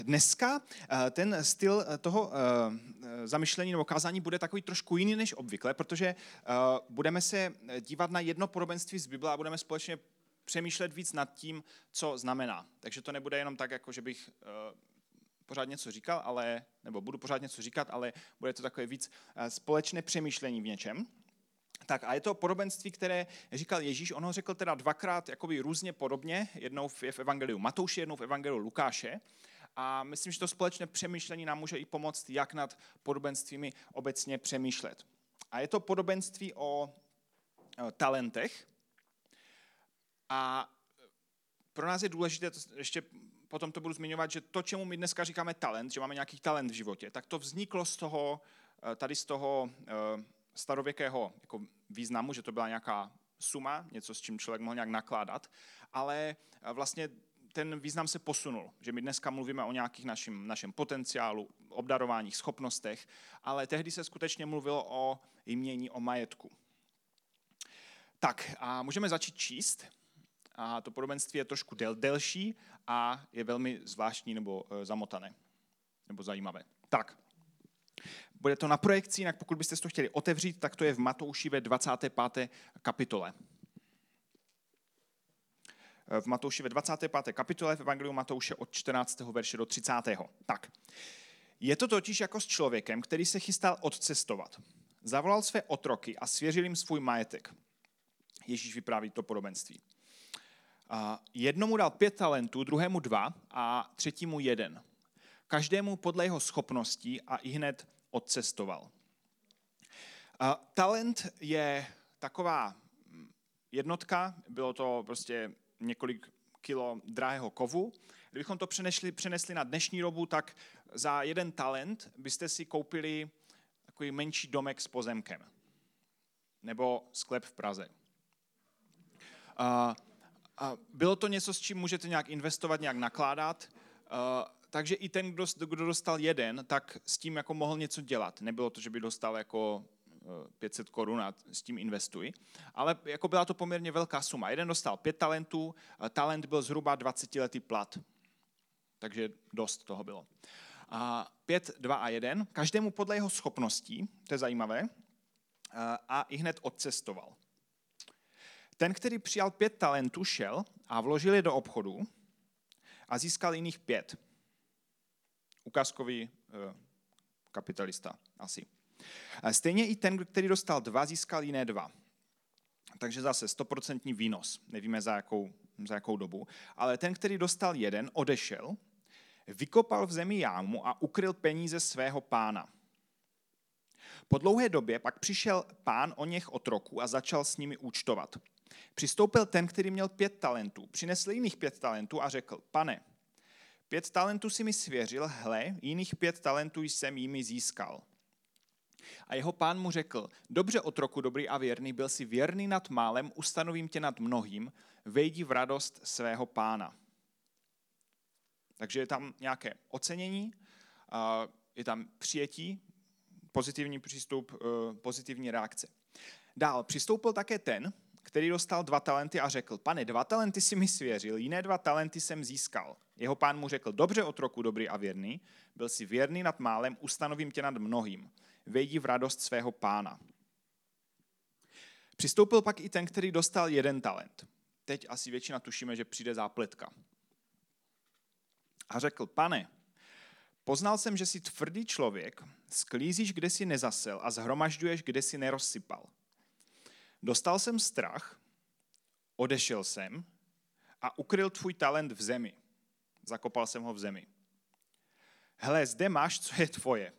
Dneska ten styl toho zamyšlení nebo kázání bude takový trošku jiný než obvykle, protože budeme se dívat na jedno podobenství z Bible a budeme společně přemýšlet víc nad tím, co znamená. Takže to nebude jenom tak, jako že bych pořád něco říkal, nebo budu pořád něco říkat, ale bude to takové víc společné přemýšlení v něčem. Tak a je to podobenství, které říkal Ježíš, on ho řekl teda dvakrát jakoby různě podobně, jednou je v evangeliu Matouše, jednou v evangeliu Lukáše. A myslím, že to společné přemýšlení nám může i pomoct, jak nad podobenstvími obecně přemýšlet. A je to podobenství o talentech. A pro nás je důležité, ještě potom to budu zmiňovat, že to, čemu my dneska říkáme talent, že máme nějaký talent v životě, tak to vzniklo z toho starověkého jako významu, že to byla nějaká suma, něco, s čím člověk mohl nějak nakládat, ale vlastně ten význam se posunul, že my dneska mluvíme o nějakých našem potenciálu, obdarováních, schopnostech, ale tehdy se skutečně mluvilo o jmění, o majetku. Tak a můžeme začít číst. A to podobenství je trošku delší a je velmi zvláštní nebo zamotané, nebo zajímavé. Tak, bude to na projekci, jinak pokud byste to chtěli otevřít, tak to je v Matouši ve 25. kapitole. V Matouši ve 25. kapitole, v evangeliu Matouše od 14. verše do 30. Tak, je to totiž jako s člověkem, který se chystal odcestovat. Zavolal své otroky a svěřil jim svůj majetek. Ježíš vypráví to podobenství. Jednomu dal 5 talentů, druhému 2 a třetímu 1. Každému podle jeho schopností a ihned odcestoval. Talent je taková jednotka, bylo to prostě několik kilo drahého kovu. Kdybychom to přenesli na dnešní dobu, tak za 1 talent byste si koupili takový menší domek s pozemkem. Nebo sklep v Praze. Bylo to něco, s čím můžete nějak investovat, nějak nakládat, takže i ten, kdo dostal 1, tak s tím jako mohl něco dělat. Nebylo to, že by dostal jako 500 korun a s tím investuj, ale jako byla to poměrně velká suma. Jeden dostal 5 talentů, talent byl zhruba 20letý plat, takže dost toho bylo. 5, 2 a 1, každému podle jeho schopností, to je zajímavé, a ihned odcestoval. Ten, který přijal 5 talentů, šel a vložil je do obchodu a získal jiných 5. Ukázkový kapitalista asi. Stejně i ten, který dostal 2, získal jiné 2. Takže zase 100% výnos. Nevíme za jakou dobu. Ale ten, který dostal 1, odešel, vykopal v zemi jámu a ukryl peníze svého pána. Po dlouhé době pak přišel pán oněch otroků a začal s nimi účtovat. Přistoupil ten, který měl 5 talentů, přinesl jiných 5 talentů a řekl: Pane, 5 talentů si mi svěřil, hle, jiných 5 talentů jsem jimi získal. A jeho pán mu řekl: Dobře, otroku dobrý a věrný, byl si věrný nad málem, ustanovím tě nad mnohým, vejdi v radost svého pána. Takže je tam nějaké ocenění, je tam přijetí, pozitivní přístup, pozitivní reakce. Dál přistoupil také ten, který dostal 2 talenty a řekl: Pane, 2 talenty si mi svěřil, jiné 2 talenty jsem získal. Jeho pán mu řekl: Dobře, otroku dobrý a věrný, byl si věrný nad málem, ustanovím tě nad mnohým. Vejdi v radost svého pána. Přistoupil pak i ten, který dostal 1 talent. Teď asi většina tušíme, že přijde zápletka. A řekl: Pane, poznal jsem, že jsi tvrdý člověk, sklízíš, kde jsi nezasel a zhromažďuješ, kde jsi nerozsypal. Dostal jsem strach, odešel jsem a ukryl tvůj talent v zemi. Zakopal jsem ho v zemi. Hle, zde máš, co je tvoje.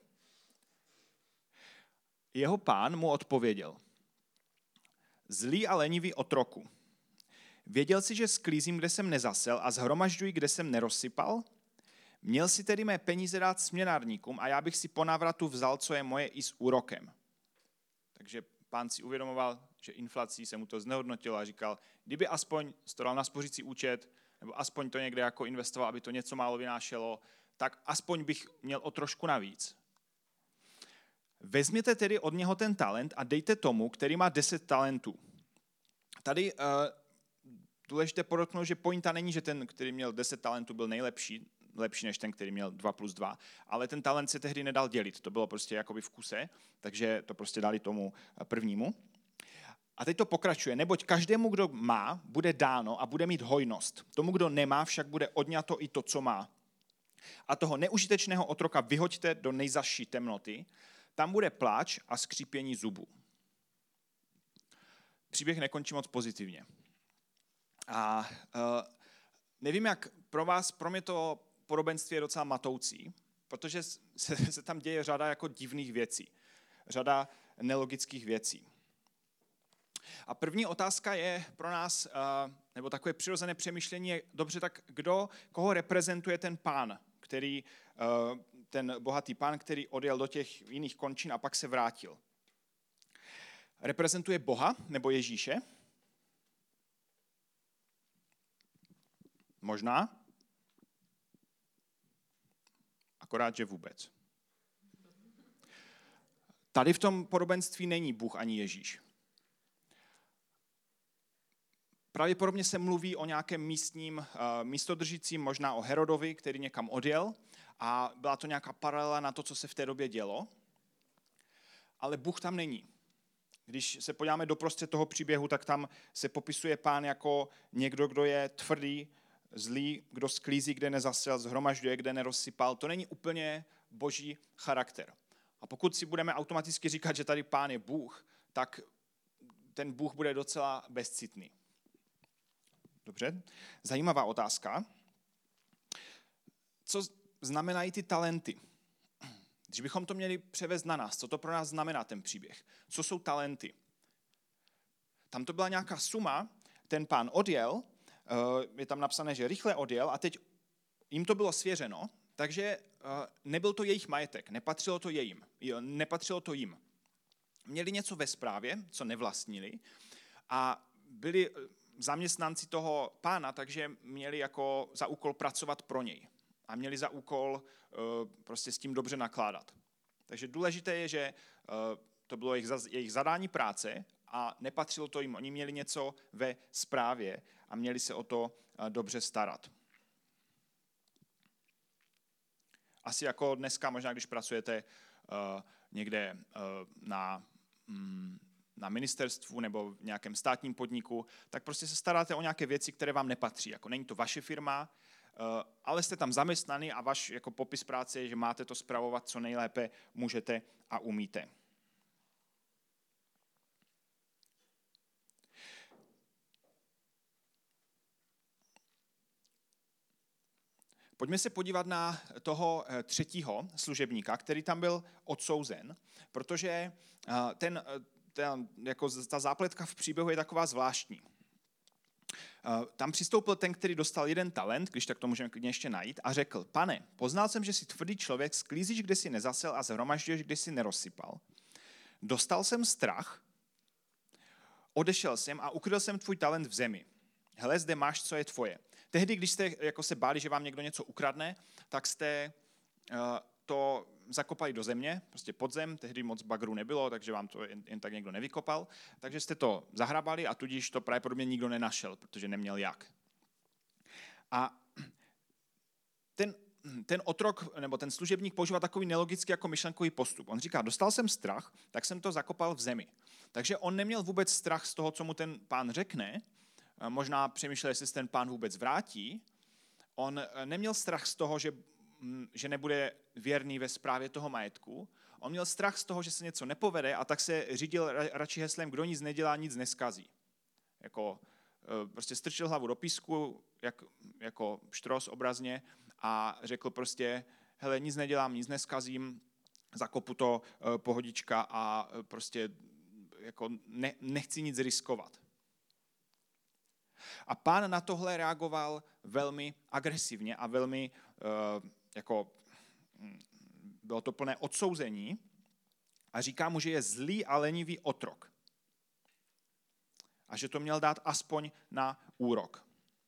Jeho pán mu odpověděl: Zlý a lenivý otroku. Věděl jsi, že sklízím, kde jsem nezasel a zhromažďuji, kde jsem nerozsypal? Měl si tedy mé peníze dát směnárníkům a já bych si po návratu vzal, co je moje, i s úrokem. Takže pán si uvědomoval, že inflací se mu to znehodnotilo a říkal, kdyby aspoň to dal na spořící účet, nebo aspoň to někde jako investoval, aby to něco málo vynášelo, tak aspoň bych měl o trošku navíc. Vezměte tedy od něho ten talent a dejte tomu, který má 10 talentů. Tady důležité podotknout, že pointa není, že ten, který měl 10 talentů, byl nejlepší. lepší než ten, který měl 2+2, ale ten talent se tehdy nedal dělit, to bylo prostě jakoby v kuse, takže to prostě dali tomu prvnímu. A teď to pokračuje, neboť každému, kdo má, bude dáno a bude mít hojnost. Tomu, kdo nemá, však bude odňato i to, co má. A toho neužitečného otroka vyhoďte do nejzazší temnoty, tam bude pláč a skřípění zubů. Příběh nekončí moc pozitivně. A nevím, jak pro vás, pro mě to podobenství je docela matoucí, protože se tam děje řada jako divných věcí, řada nelogických věcí. A první otázka je pro nás, nebo takové přirozené přemýšlení je, dobře, tak koho reprezentuje ten pán, ten bohatý pán, který odjel do těch jiných končin a pak se vrátil. Reprezentuje Boha nebo Ježíše? Možná. Akorát, že vůbec. Tady v tom podobenství není Bůh ani Ježíš. Pravděpodobně se mluví o nějakém místním místodržícím, možná o Herodovi, který někam odjel a byla to nějaká paralela na to, co se v té době dělo. Ale Bůh tam není. Když se podíváme doprostřed toho příběhu, tak tam se popisuje pán jako někdo, kdo je tvrdý, zlý, kdo sklízí, kde nezasel, zhromažďuje, kde nerozsypal. To není úplně boží charakter. A pokud si budeme automaticky říkat, že tady pán je Bůh, tak ten Bůh bude docela bezcitný. Dobře, zajímavá otázka. Co znamenají ty talenty? Když bychom to měli převést na nás, co to pro nás znamená ten příběh? Co jsou talenty? Tam to byla nějaká suma, ten pán odjel, je tam napsané, že rychle odjel a teď jim to bylo svěřeno, takže nebyl to jejich majetek, nepatřilo to jim. Měli něco ve správě, co nevlastnili a byli zaměstnanci toho pána, takže měli jako za úkol pracovat pro něj a měli za úkol prostě s tím dobře nakládat. Takže důležité je, že to bylo jejich zadání práce a nepatřilo to jim. Oni měli něco ve správě a měli se o to dobře starat. Asi jako dneska, možná když pracujete někde na ministerstvu nebo v nějakém státním podniku, tak prostě se staráte o nějaké věci, které vám nepatří. Jako není to vaše firma, ale jste tam zaměstnaný a váš jako popis práce je, že máte to spravovat, co nejlépe můžete a umíte. Pojďme se podívat na toho třetího služebníka, který tam byl odsouzen, protože ta zápletka v příběhu je taková zvláštní. Tam přistoupil ten, který dostal 1 talent, když tak to můžeme klidně ještě najít, a řekl: Pane, poznal jsem, že jsi tvrdý člověk, sklízíš, kde jsi nezasel a zhromažďuješ, kde jsi nerozsypal. Dostal jsem strach, odešel jsem a ukryl jsem tvůj talent v zemi. Hele, zde máš, co je tvoje. Tehdy, když jste jako se báli, že vám někdo něco ukradne, tak jste to zakopali do země, prostě pod zem, tehdy moc bagru nebylo, takže vám to jen tak někdo nevykopal, takže jste to zahrabali a tudíž to pravděpodobně nikdo nenašel, protože neměl jak. A ten otrok, nebo ten služebník používá takový nelogický jako myšlenkový postup. On říká, dostal jsem strach, tak jsem to zakopal v zemi. Takže on neměl vůbec strach z toho, co mu ten pán řekne, možná přemýšlel, jestli se ten pán vůbec vrátí. On neměl strach z toho, že nebude věrný ve správě toho majetku. On měl strach z toho, že se něco nepovede a tak se řídil radši heslem, kdo nic nedělá, nic neskazí. Prostě strčil hlavu do písku, jako štros obrazně, a řekl prostě, hele, nic nedělám, nic neskazím, zakopu to pohodička a prostě jako nechci nic riskovat. A pán na tohle reagoval velmi agresivně a velmi, bylo to plné odsouzení a říká mu, že je zlý a lenivý otrok. A že to měl dát aspoň na úrok.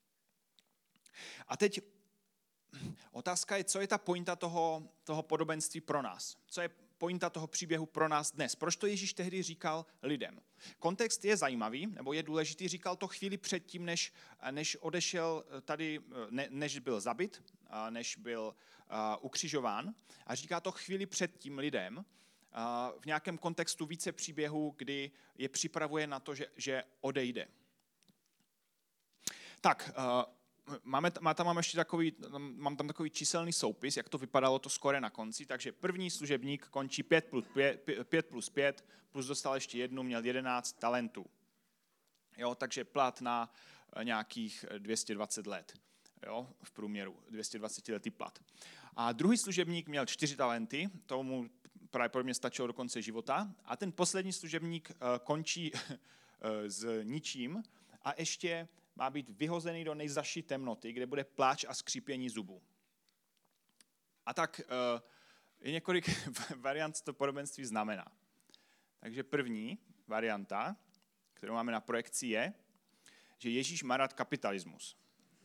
A teď otázka je, co je ta pointa toho podobenství pro nás? Co je pointa toho příběhu pro nás dnes. Proč to Ježíš tehdy říkal lidem? Kontext je zajímavý, nebo je důležitý, říkal to chvíli předtím, než odešel tady, než byl zabit, než byl ukřižován. A říká to chvíli předtím lidem, v nějakém kontextu více příběhů, kdy je připravuje na to, že odejde. Tak, mám tam takový číselný soupis, jak to vypadalo to skore na konci, takže první služebník končí 5 plus 5, plus dostal ještě jednu, měl 11 talentů. Jo, takže plat na nějakých 220 let, jo, v průměru 220 letý plat. A druhý služebník měl 4 talenty, tomu pravděpodobně stačilo do konce života, a ten poslední služebník končí s ničím a ještě má být vyhozený do nejzaší temnoty, kde bude pláč a skřípění zubů. A tak je několik variant, co to podobenství znamená. Takže první varianta, kterou máme na projekci, je, že Ježíš má rád kapitalismus.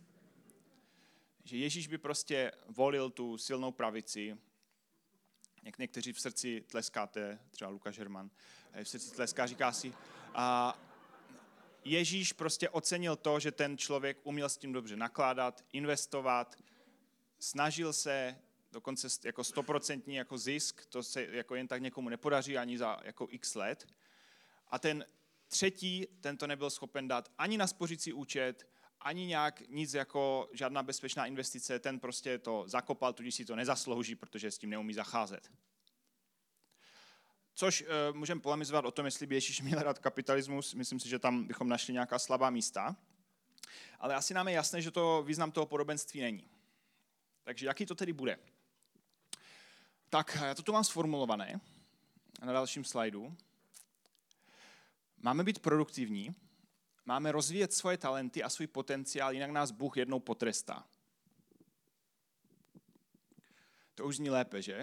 Že Ježíš by prostě volil tu silnou pravici. Někteří v srdci tleskáte, třeba Lukáš Herman, v srdci tleská, říká si, Ježíš prostě ocenil to, že ten člověk uměl s tím dobře nakládat, investovat, snažil se dokonce jako 100% jako zisk, to se jako jen tak někomu nepodaří ani za jako x let. A ten třetí, ten to nebyl schopen dát ani na spořící účet, ani nějak nic jako žádná bezpečná investice, ten prostě to zakopal, tudíž si to nezaslouží, protože s tím neumí zacházet. Což můžeme polemizovat o tom, jestli by Ježíš měl rád kapitalismus. Myslím si, že tam bychom našli nějaká slabá místa. Ale asi nám je jasné, že to význam toho podobenství není. Takže jaký to tedy bude? Tak, já to tu mám sformulované na dalším slajdu. Máme být produktivní, máme rozvíjet svoje talenty a svůj potenciál, jinak nás Bůh jednou potrestá. To už zní lépe, že?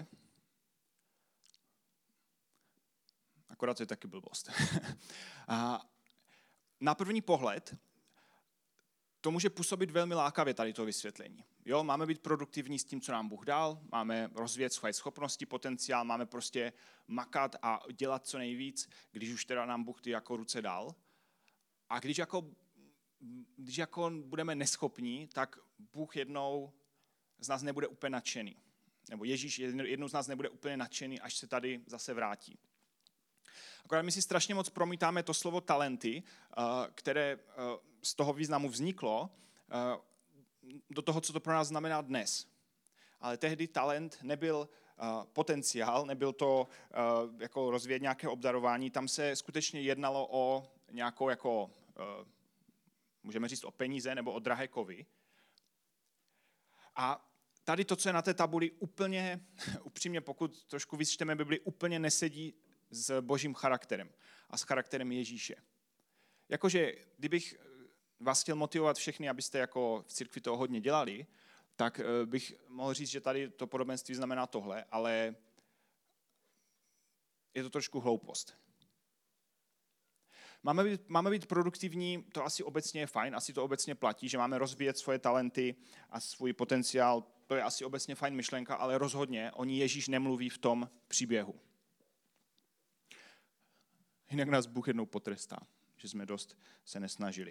Akorát to je taky blbost. A na první pohled to může působit velmi lákavě tady to vysvětlení. Jo, máme být produktivní s tím, co nám Bůh dal, máme rozvíjet svoje schopnosti, potenciál, máme prostě makat a dělat co nejvíc, když už teda nám Bůh ty jako ruce dal. A když jako budeme neschopní, tak Bůh jednou z nás nebude úplně nadšený. Nebo Ježíš jednou z nás nebude úplně nadšený, až se tady zase vrátí. Akorát my si strašně moc promítáme to slovo talenty, které z toho významu vzniklo, do toho, co to pro nás znamená dnes. Ale tehdy talent nebyl potenciál, nebyl to jako rozvíjet nějaké obdarování, tam se skutečně jednalo o nějakou, jako, můžeme říct o peníze nebo o drahé kovy. A tady to, co je na té tabuli, úplně, upřímně, pokud trošku vyčteme Bibli, úplně nesedí s božím charakterem a s charakterem Ježíše. Jakože, kdybych vás chtěl motivovat všechny, abyste jako v církvi toho hodně dělali, tak bych mohl říct, že tady to podobenství znamená tohle, ale je to trošku hloupost. Máme být produktivní, to asi obecně je fajn, asi to obecně platí, že máme rozvíjet svoje talenty a svůj potenciál, to je asi obecně fajn myšlenka, ale rozhodně o ní Ježíš nemluví v tom příběhu. Jinak nás Bůh jednou potrestá, že jsme dost se nesnažili.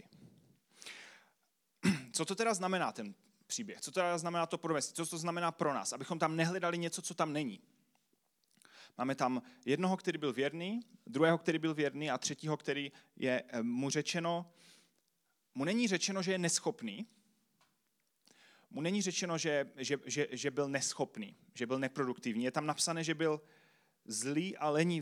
Co to teda znamená ten příběh? Co to teda znamená to podobenství? Co to znamená pro nás? Abychom tam nehledali něco, co tam není. Máme tam jednoho, který byl věrný, druhého, který byl věrný a třetího, který je mu není řečeno, že je neschopný. Mu není řečeno, že byl neschopný, že byl neproduktivní. Je tam napsané, že byl zlý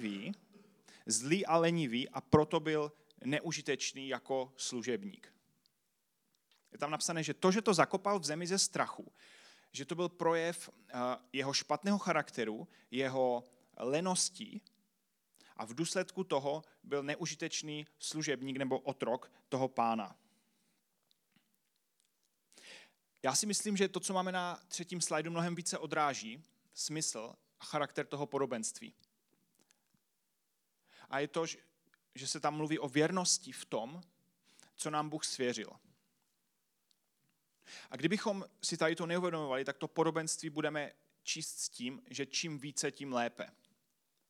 a lenivý a proto byl neužitečný jako služebník. Je tam napsané, že to, že to zakopal v zemi ze strachu, že to byl projev jeho špatného charakteru, jeho lenosti a v důsledku toho byl neužitečný služebník nebo otrok toho pána. Já si myslím, že to, co máme na třetím slajdu, mnohem více odráží smysl a charakter toho podobenství. A je to, že se tam mluví o věrnosti v tom, co nám Bůh svěřil. A kdybychom si tady to neuvědomovali, tak to podobenství budeme číst s tím, že čím více, tím lépe.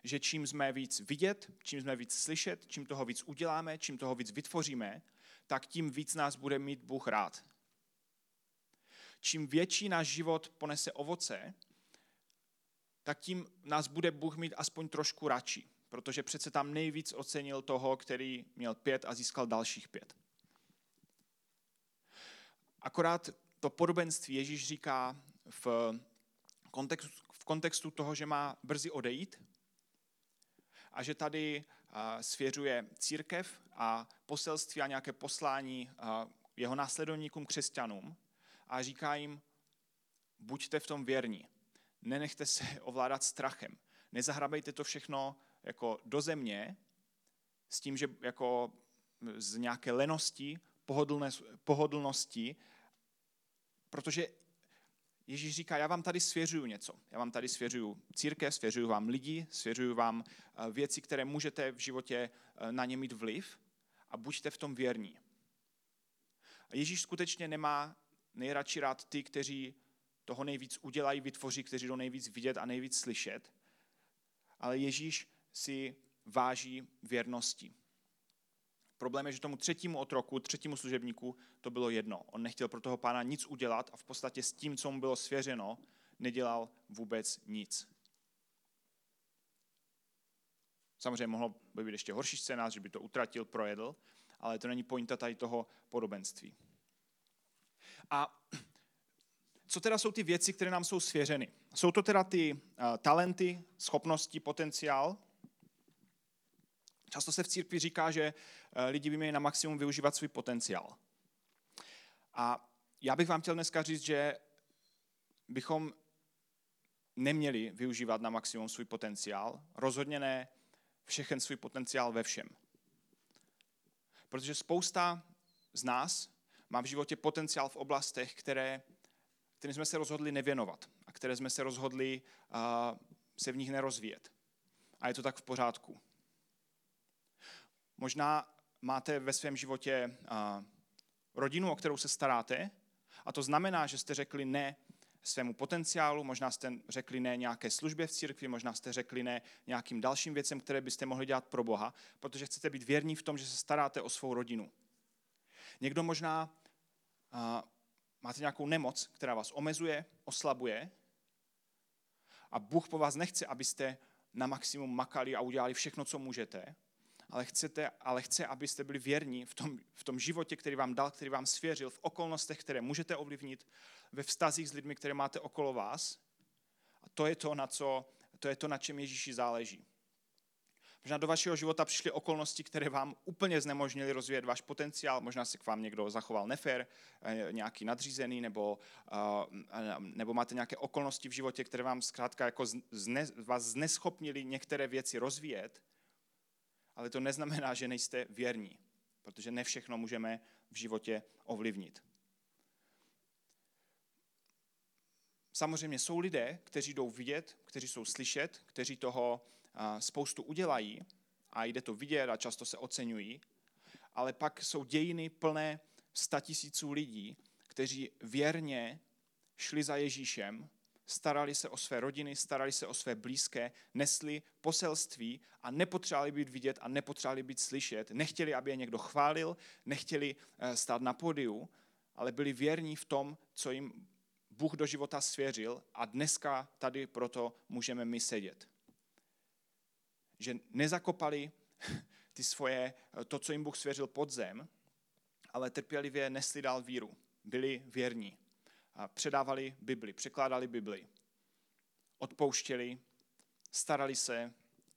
že čím jsme víc vidět, čím jsme víc slyšet, čím toho víc uděláme, čím toho víc vytvoříme, tak tím víc nás bude mít Bůh rád. Čím větší náš život ponese ovoce, tak tím nás bude Bůh mít aspoň trošku radši, protože přece tam nejvíc ocenil toho, který měl 5 a získal dalších 5. Akorát to podobenství Ježíš říká v kontextu toho, že má brzy odejít a že tady svěřuje církev a poselství a nějaké poslání jeho následovníkům, křesťanům a říká jim, buďte v tom věrní, nenechte se ovládat strachem, nezahrabejte to všechno jako do země s tím, že jako z nějaké lenosti, pohodlnosti, protože Ježíš říká, já vám tady svěřuju něco. Já vám tady svěřuju církev, svěřuju vám lidi, svěřuju vám věci, které můžete v životě na ně mít vliv a buďte v tom věrní. A Ježíš skutečně nemá nejradši rád ty, kteří toho nejvíc udělají, vytvoří, kteří jdou nejvíc vidět a nejvíc slyšet, ale Ježíš si váží věrnosti. Problém je, že tomu 3. otroku, 3. služebníku to bylo jedno. On nechtěl pro toho pána nic udělat a v podstatě s tím, co mu bylo svěřeno, nedělal vůbec nic. Samozřejmě mohlo by být ještě horší scénář, že by to utratil, projedl, ale to není pointa tady toho podobenství. A co teda jsou ty věci, které nám jsou svěřeny? Jsou to teda ty talenty, schopnosti, potenciál? Často se v církvi říká, že lidi by měli na maximum využívat svůj potenciál. A já bych vám chtěl dneska říct, že bychom neměli využívat na maximum svůj potenciál. Rozhodně ne všechen svůj potenciál ve všem. Protože spousta z nás má v životě potenciál v oblastech, kterým jsme se rozhodli nevěnovat a které jsme se rozhodli se v nich nerozvíjet. A je to tak v pořádku. Možná máte ve svém životě rodinu, o kterou se staráte, a to znamená, že jste řekli ne svému potenciálu, možná jste řekli ne nějaké službě v církvi, možná jste řekli ne nějakým dalším věcem, které byste mohli dělat pro Boha, protože chcete být věrní v tom, že se staráte o svou rodinu. Někdo možná máte nějakou nemoc, která vás omezuje, oslabuje a Bůh po vás nechce, abyste na maximum makali a udělali všechno, co můžete, ale chce, abyste byli věrní v tom životě, který vám dal, který vám svěřil, v okolnostech, které můžete ovlivnit, ve vztazích s lidmi, které máte okolo vás. A to je to, na čem Ježíši záleží. Možná do vašeho života přišly okolnosti, které vám úplně znemožnily rozvíjet váš potenciál. Možná se k vám někdo zachoval nefér, nějaký nadřízený, nebo máte nějaké okolnosti v životě, které vám zkrátka jako vás zneschopnily některé věci rozvíjet. Ale to neznamená, že nejste věrní, protože ne všechno můžeme v životě ovlivnit. Samozřejmě jsou lidé, kteří jdou vidět, kteří jsou slyšet, kteří toho spoustu udělají a jde to vidět a často se oceňují, ale pak jsou dějiny plné 100 000 lidí, kteří věrně šli za Ježíšem, starali se o své rodiny, starali se o své blízké, nesli poselství a nepotřebovali být vidět a nepotřebovali být slyšet. Nechtěli, aby je někdo chválil, nechtěli stát na pódiu, ale byli věrní v tom, co jim Bůh do života svěřil a dneska tady proto můžeme my sedět. Že nezakopali to, co jim Bůh svěřil pod zem, ale trpělivě nesli dál víru. Byli věrní. A předávali Bibli, překládali Bibli, odpouštěli, starali se,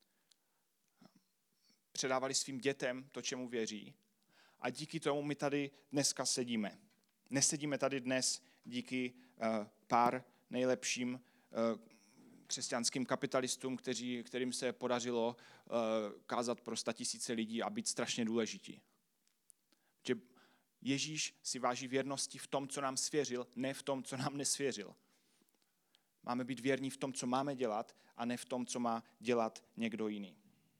předávali svým dětem to, čemu věří. A díky tomu my tady dneska sedíme. Nesedíme tady dnes díky pár nejlepším křesťanským kapitalistům, kterým se podařilo kázat pro 100 000 lidí a být strašně důležití. Že Ježíš si váží věrnosti v tom, co nám svěřil, ne v tom, co nám nesvěřil. Máme být věrní v tom, co máme dělat, a ne v tom, co má dělat někdo jiný.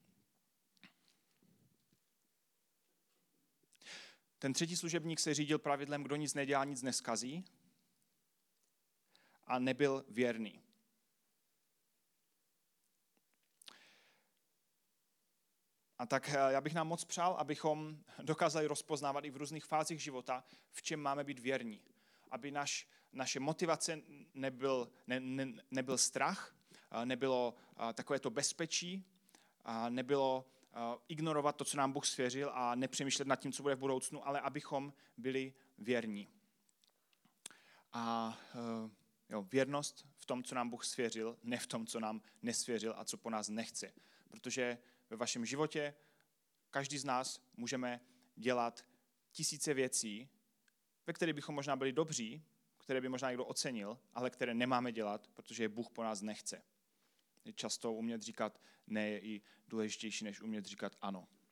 Ten 3. služebník se řídil pravidlem, kdo nic nedělá, nic neskazí, a nebyl věrný. A tak já bych nám moc přál, abychom dokázali rozpoznávat i v různých fázích života, v čem máme být věrní. Aby naše motivace nebyl strach, nebylo takové to bezpečí, nebylo ignorovat to, co nám Bůh svěřil a nepřemýšlet nad tím, co bude v budoucnu, ale abychom byli věrní. A věrnost v tom, co nám Bůh svěřil, ne v tom, co nám nesvěřil a co po nás nechce. Protože ve vašem životě každý z nás můžeme dělat tisíce věcí, ve kterých bychom možná byli dobří, které by možná někdo ocenil, ale které nemáme dělat, protože je Bůh po nás nechce. Často umět říkat ne je i důležitější, než umět říkat ano.